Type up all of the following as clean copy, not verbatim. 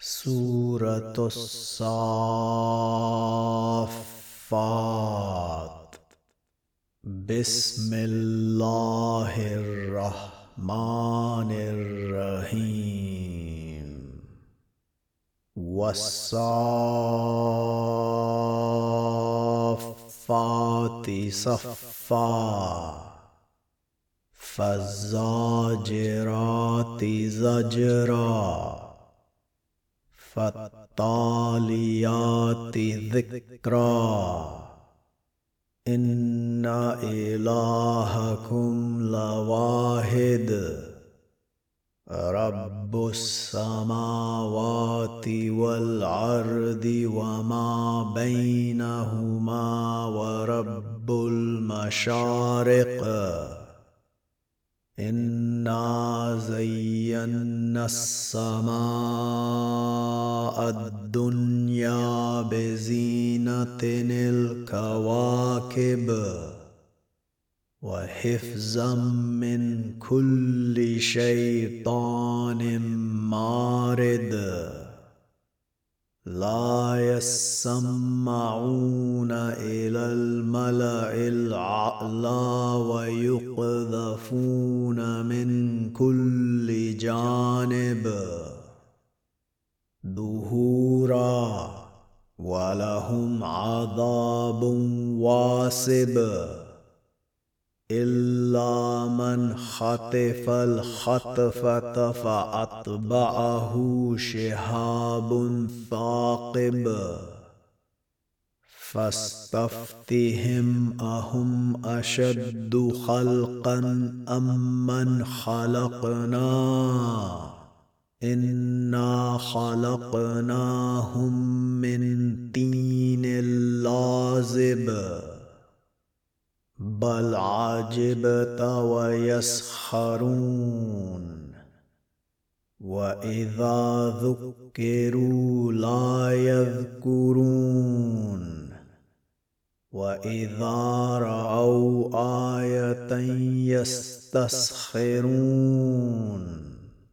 سورة الصافات. بسم الله الرحمن الرحيم. والصافات صفا فالزاجرات زجرا فالتاليات ذكرا إن إلهكم لواحد رب السماوات والأرض وما بينهما ورب المشارق إنا زينا السماء الدنيا بزينة الكواكب وحفظا من كل شيطان مارد لا يسمعون إلى الملأ الأعلى ويقذفون من كل جانب دحورا ولهم عذاب واصب إلا من خطف الخطفة فأتبعه شهاب ثاقب فاستفتهم أهم أشد خلقا أم من خلقنا إنا خلقناهم من طين لازب بل عجبت ويسخرون وإذا ذكروا لا يذكرون وإذا رأوا آية يستسخرون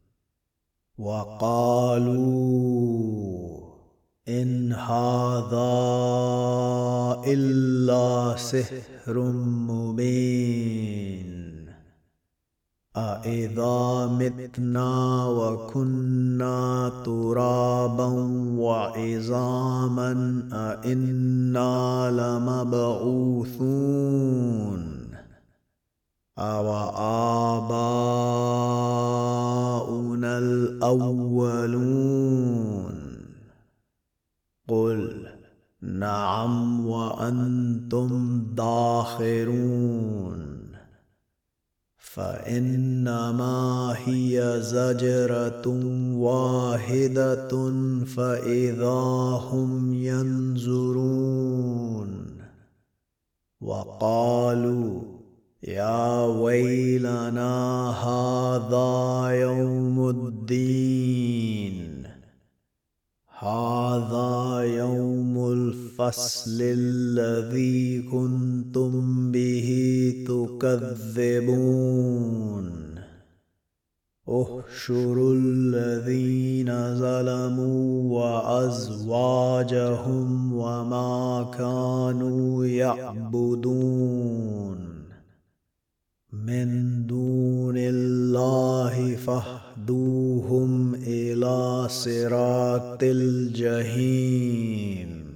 وقالوا إن هذا إلا سحر مبين أإذا متنا وكنا ترابا وعظاما أإنا لمبعوثون أو آباؤنا الأولون قل نعم وأنتم داخرون فإنما هي زجرة واحدة فإذا هم ينظرون وقالوا يا ويلنا هذا يوم الدين هذا يوم الفصل الذي كنتم به تكذبون احشروا الذين ظلموا وأزواجهم وما كانوا يعبدون من دون الله فاهدوهم إلى صراط الجحيم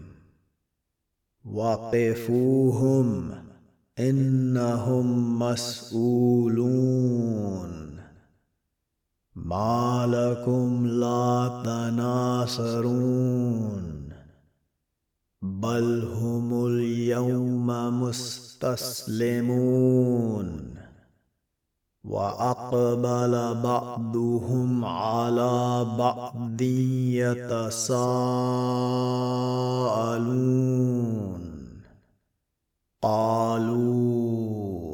وقفوهم إنهم مسؤولون ما لكم لا تناصرون بل هم اليوم مستسلمون وأقبل بعضهم على بعض يتساءلون قالوا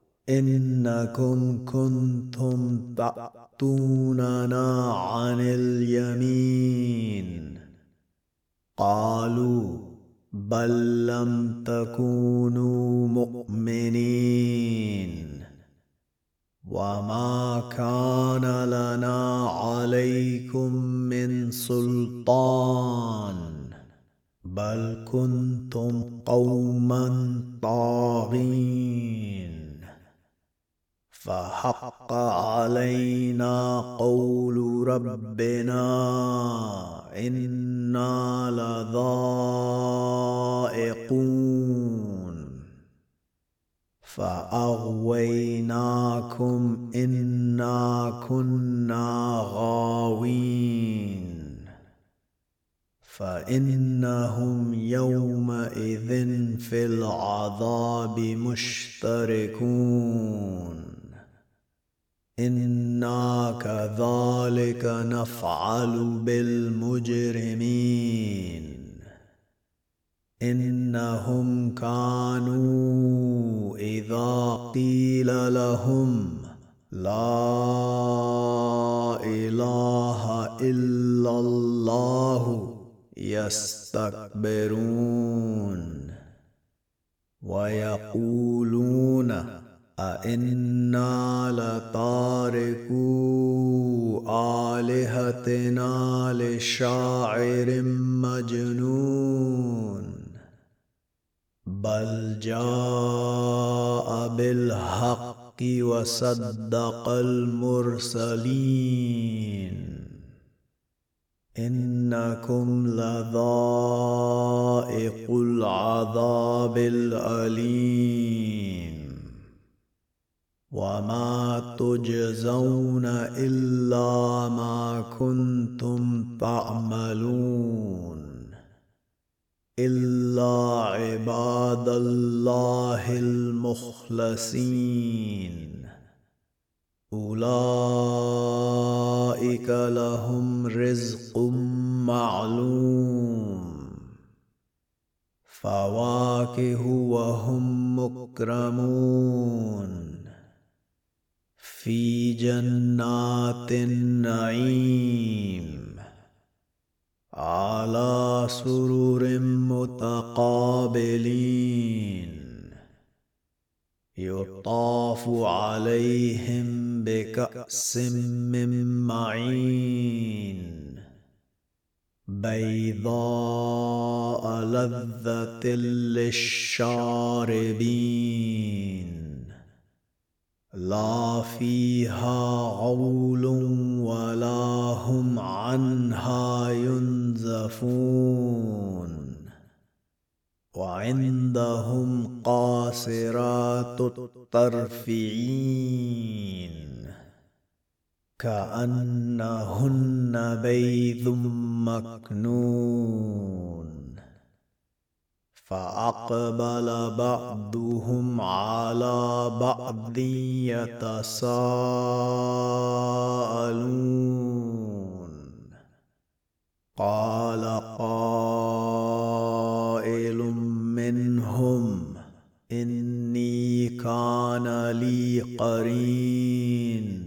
إنكم كنتم تأتوننا عن اليمين قالوا بل لم تكونوا مؤمنين وما كان لنا عليكم من سلطان بل كنتم قوما طاغين فحق علينا قول ربنا إنا لذائقون فأغويناكم إنا كنا غاوين فإنهم يومئذ في العذاب مشتركون إنا كذلك نفعل بالمجرمين إنهم كانوا إذا قيل لهم لا إله إلا الله يستكبرون ويقولون أئنا لتاركو آلهتنا لشاعر مجنون بل جاء بالحق وصدق المرسلين إنكم لذائق العذاب الأليم وما تجزون إلا ما كنتم تعملون إلا عباد الله المخلصين أولئك لهم رزق معلوم فواكه وهم مكرمون في جنات النعيم على سرر متقابلين يطاف عليهم بكأس من معين بيضاء لذة للشاربين لا فيها غول ولا هم عنها ينزفون وعندهم قاصرات الطرف عين كأنهن بيض مكنون فأقبل بعضهم على بعض يتساءلون قال قائل منهم إني كان لي قرين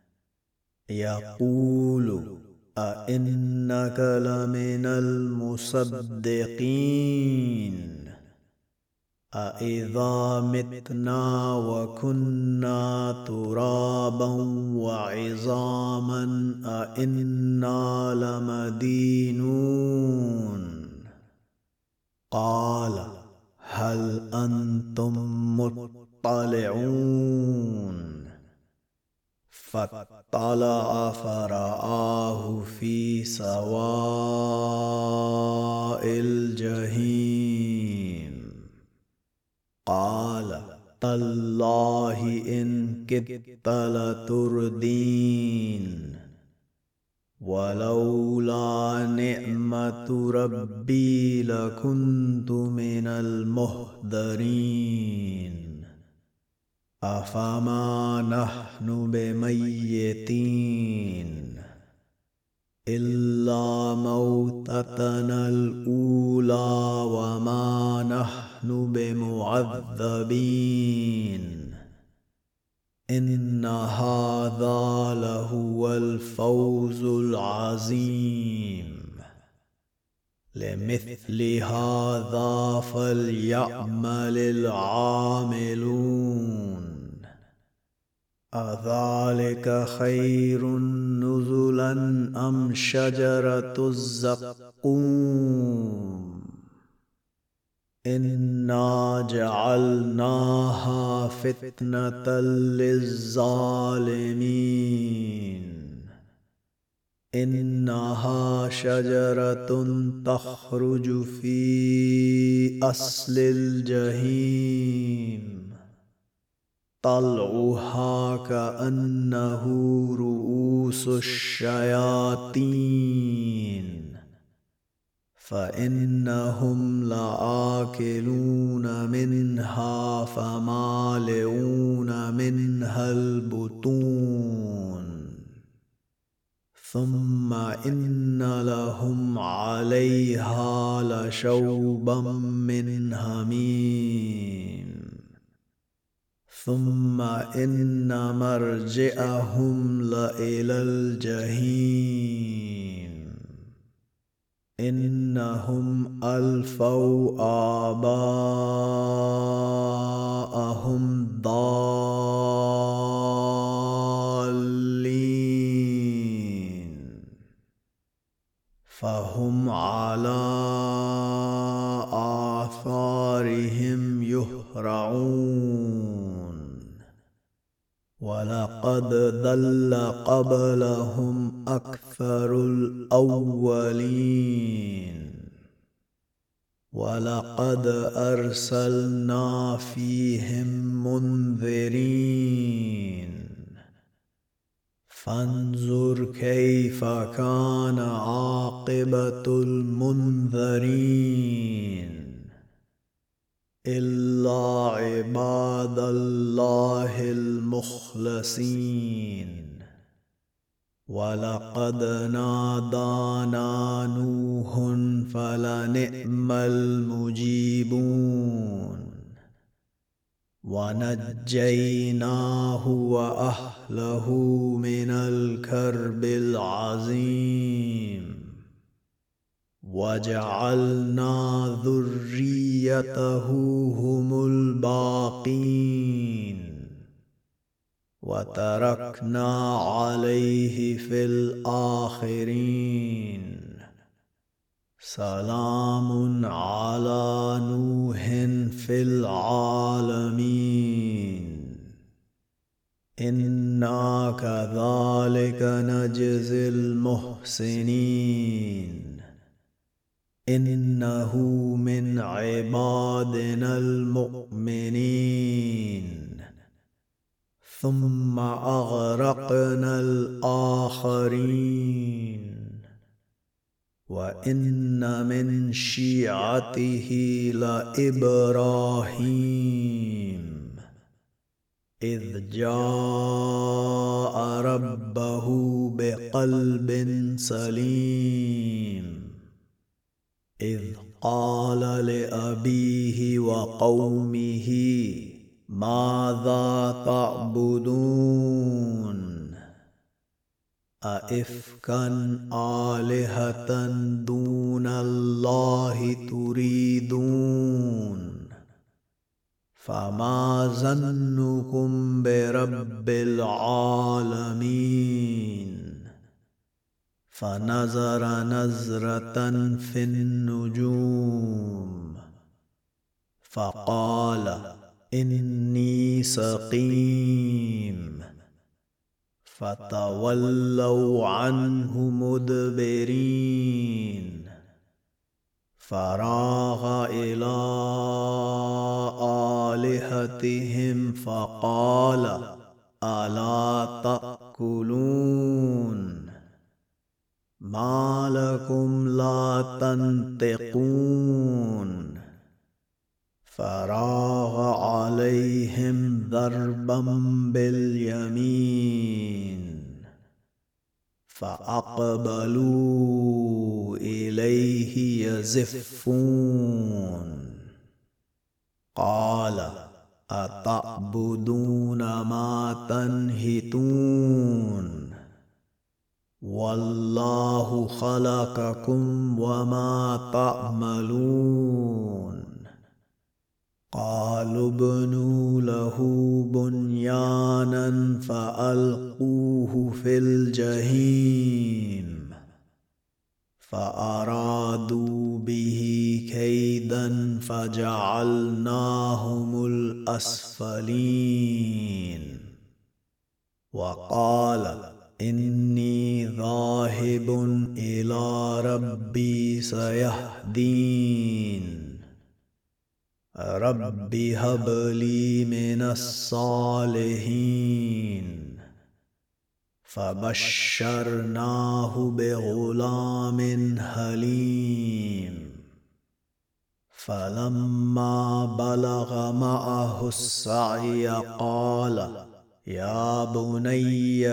يقول أئنك لمن المصدقين أإذا متنا وكنا ترابا وعظاما أإنا لمدينون قال هل أنتم مطلعون فاطلع فرآه في سواء الجحيم قال تالله إن كدت لتردين ولولا نعمة ربي لكنت من المحضرين أفما نحن بميتين إلا موتتنا الأولى وما نحن بمعذبين إن هذا لهو الفوز العظيم لمثل هذا فليعمل العاملون أذلك خير نزلا أم شجرة الزقوم إنا جعلناها فتنة للظالمين إنها شجرة تخرج في أصل الجحيم طلعها كأنه رؤوس الشياطين فإنهم لآكلون منها فمالئون منها البطون ثم إن لهم عليها لشوبا من حميم ثم إن مرجعهم لإلى الجحيم إنهم ألفوا آباءهم ضالين فهم على آثارهم يهرعون ولقد ضل قبلهم أكثر الأولين ولقد أرسلنا فيهم منذرين فانظر كيف كان عاقبة المنذرين إلا عباد الله المخلصين ولقد نادانا نوح فلنعم المجيبون ونجيناه وأهله من الكرب العظيم وجعلنا ذريته هم الباقين وتركنا عليه في الآخرين سلام على نوح في العالمين إنا كذلك نجزي المحسنين إنه من عبادنا المؤمنين ثم أغرقنا الآخرين وإن من شيعته لإبراهيم إذ جاء ربه بقلب سليم إذ قال لأبيه وقومه ماذا تعبدون أئفكا آلهة دون الله تريدون فما ظنكم برب العالمين فنظر نظرة في النجوم فقال إني سقيم فتولوا عنه مدبرين فراغ إلى آلهتهم فقال ألا تأكلون ما لكم لا تنطقون فراغ عليهم ضربا باليمين فأقبلوا إليه يزفون قال أتعبدون ما تنحتون والله خلقكم وما تعملون قالوا ابنوا له بنيانا فألقوه في الجحيم فأرادوا به كيدا فجعلناهم الأسفلين وقال إني ذاهب إلى ربي سيهدين رب هب لي من الصالحين فبشرناه بغلام حليم فلما بلغ معه السعي قال يا بني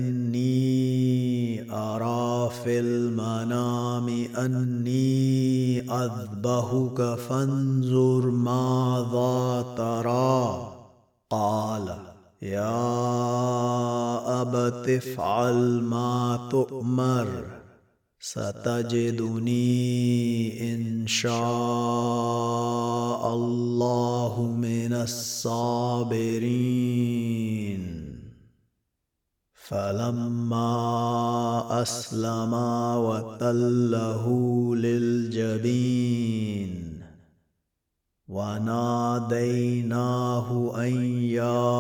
إني أرى في المنام أني أذبحك فانظر ماذا ترى قال يا أبت افعل ما تؤمر ستجدني إن شاء الله من الصابرين فلما أسلما وتله للجبين وناديناه أن يا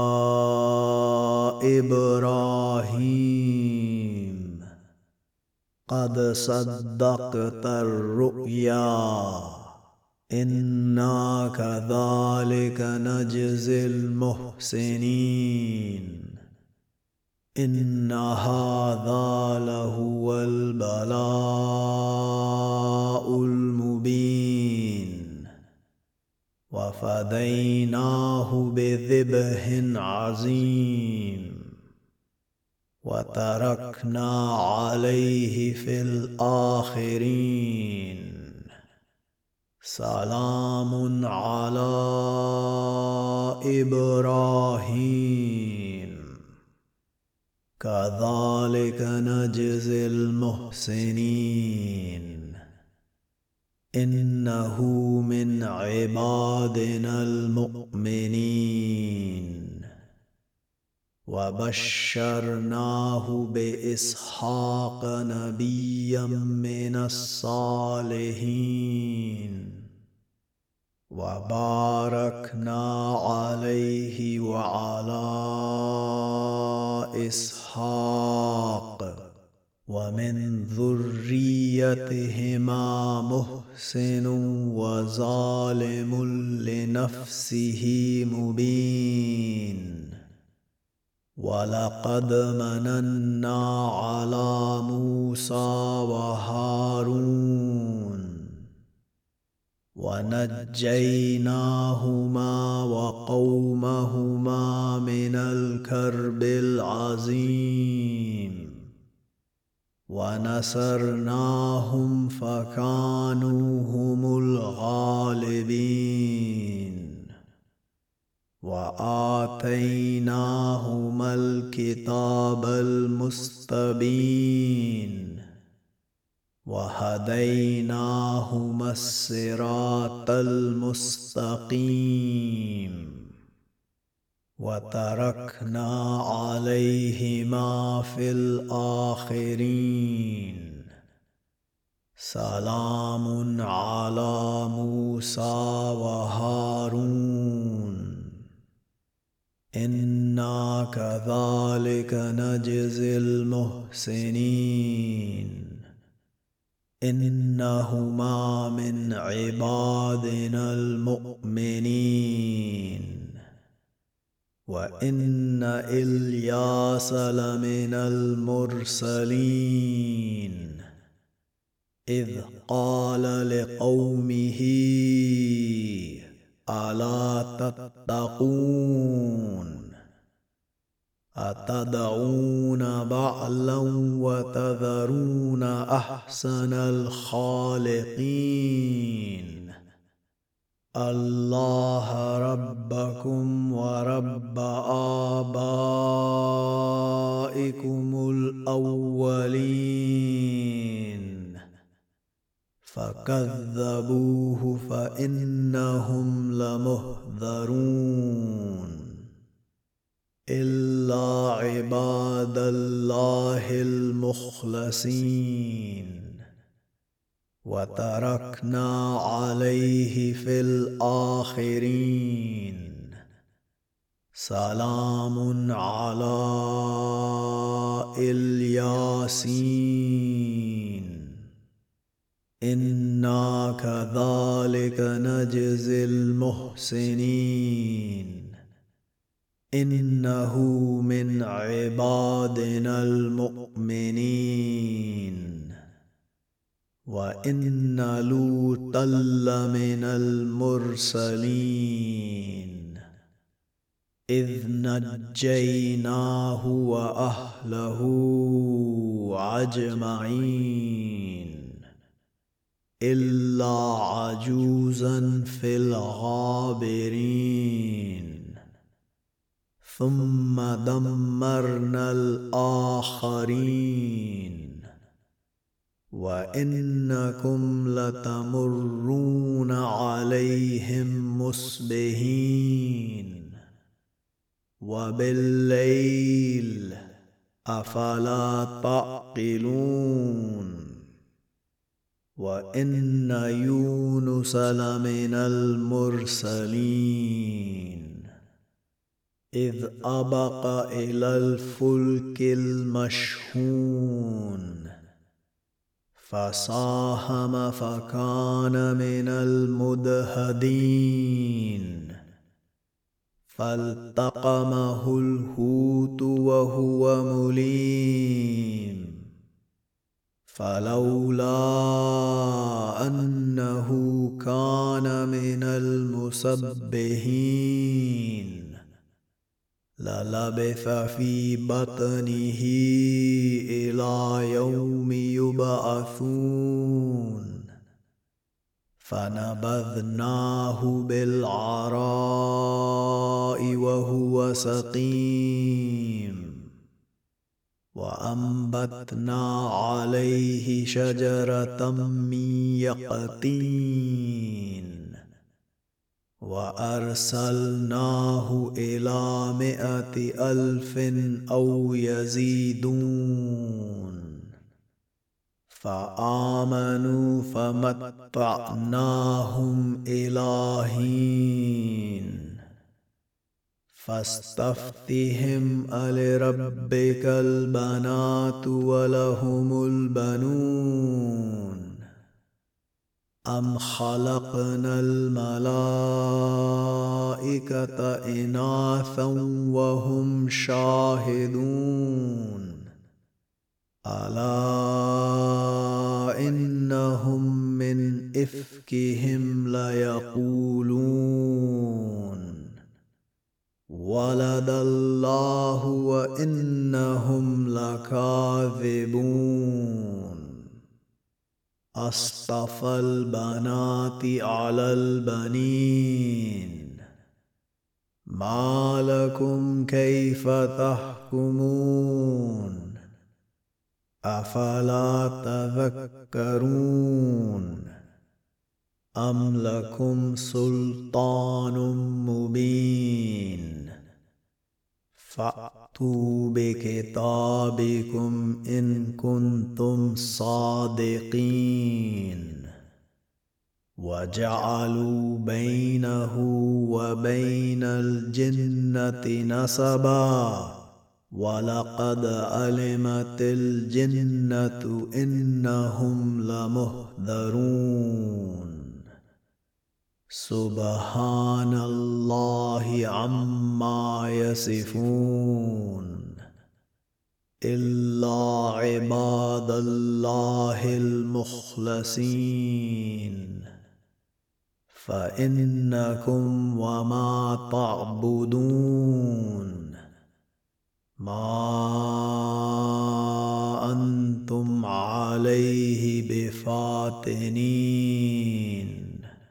إبراهيم قد صدقت الرؤيا إنا كذلك نجزي المحسنين إن هذا لهو البلاء المبين وفديناه بذبح عظيم وتركنا عليه في الآخرين سلام على إبراهيم كذلك نجزي المحسنين إنه من عبادنا المؤمنين وبشرناه بإسحاق نبيا من الصالحين وباركنا عليه وعلى إسحاق ومن ذريتهما محسن وظالم لنفسه مبين ولقد مننا على موسى وهارون ونجيناهما وقومهما من الكرب العظيم ونصرناهم فكانوا هم الغالبين وآتيناهما الكتاب المستبين وهديناهما الصراط المستقيم وتركنا عليهما في الآخرين سلام على موسى وهارون إنا كذلك نجزي المحسنين إنهما من عبادنا المؤمنين وإن إلياس لمن المرسلين إذ قال لقومه ألا تتقون أتدعون بعلا وتذرون أحسن الخالقين الله ربكم ورب آبائكم الأولين فكذبوه فإنهم لمحضرون إلا عباد الله المخلصين وتركنا عليه في الآخرين سلام على الياسين إنا كذلك نجزي المحسنين إنه من عبادنا المؤمنين وإن لوطا لمن المرسلين إذ نجيناه وأهله أجمعين إلا عجوزا في الغابرين ثم دمرنا الآخرين وإنكم لتمرون عليهم مصبحين وبالليل أفلا تعقلون وإن يونس لمن المرسلين إذ أبق إلى الفلك المشحون فساهم فكان من المدحضين فالتقمه الحوت وهو مليم فلولا أنه كان من المسبحين للبث في بطنه إلى يوم يبعثون فنبذناه بالعراء وهو سقيم وأنبتنا عليه شجرة من يقطين وأرسلناه إلى 100,000 أو يزيدون فآمنوا فمتعناهم إلى حين فاستفتهم ألربك البنات ولهم البنون أم خلقنا الملائكة إناثا وهم شاهدون ألا إنهم من إفكهم ليقولون ولد الله وإنهم لكاذبون أصطفى البنات على البنين ما لكم كيف تحكمون أفلا تذكرون أم لكم سلطان مبين فأتوا بكتابكم إن كنتم صادقين وجعلوا بينه وبين الجنة نسبا ولقد علمت الجنة إنهم لمحضرون سبحان الله عما يصفون إلا عباد الله المخلصين فإنكم وما تعبدون ما أنتم عليه بفاتنين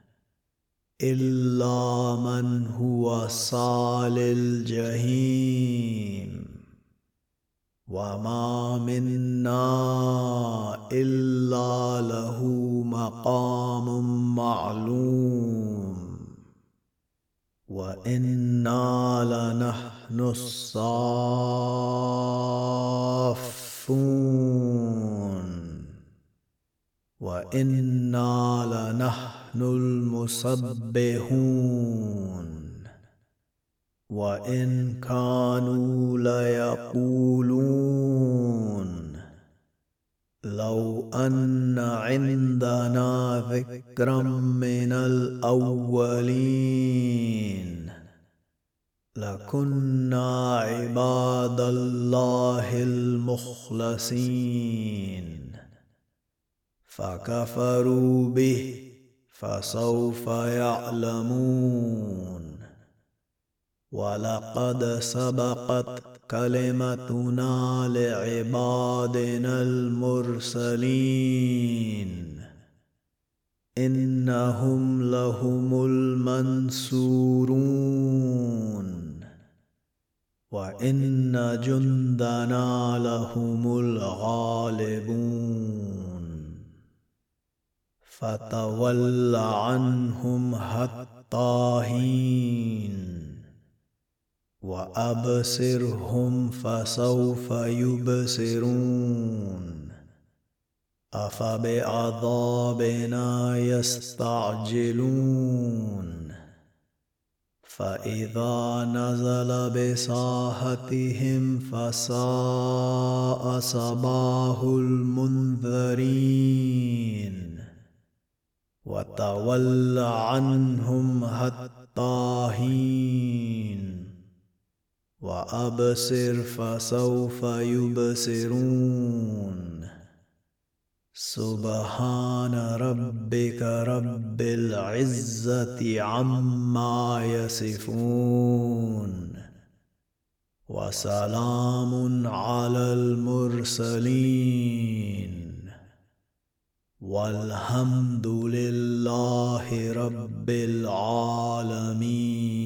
إلا من هو صال الجحيم وما منا إلا له مقام معلوم وإنا لنحن الصافون وإنا لنحن المسبحون وإن كانوا ليقولون لو أن عندنا ذكرا من الأولين لكنا عباد الله المخلصين فكفروا به فسوف يعلمون ولقد سبقت كلمتنا لعبادنا المرسلين إنهم لهم المنصورون وإن جندنا لهم الغالبون فتول عنهم حتى حين وأبصرهم فسوف يبصرون أفبعذابنا يستعجلون فإذا نزل بساحتهم فساء صباح المنذرين وتول عنهم حتى حين وأبصر فسوف يبصرون سبحان ربك رب العزة عما يصفون وسلام على المرسلين والحمد لله رب العالمين.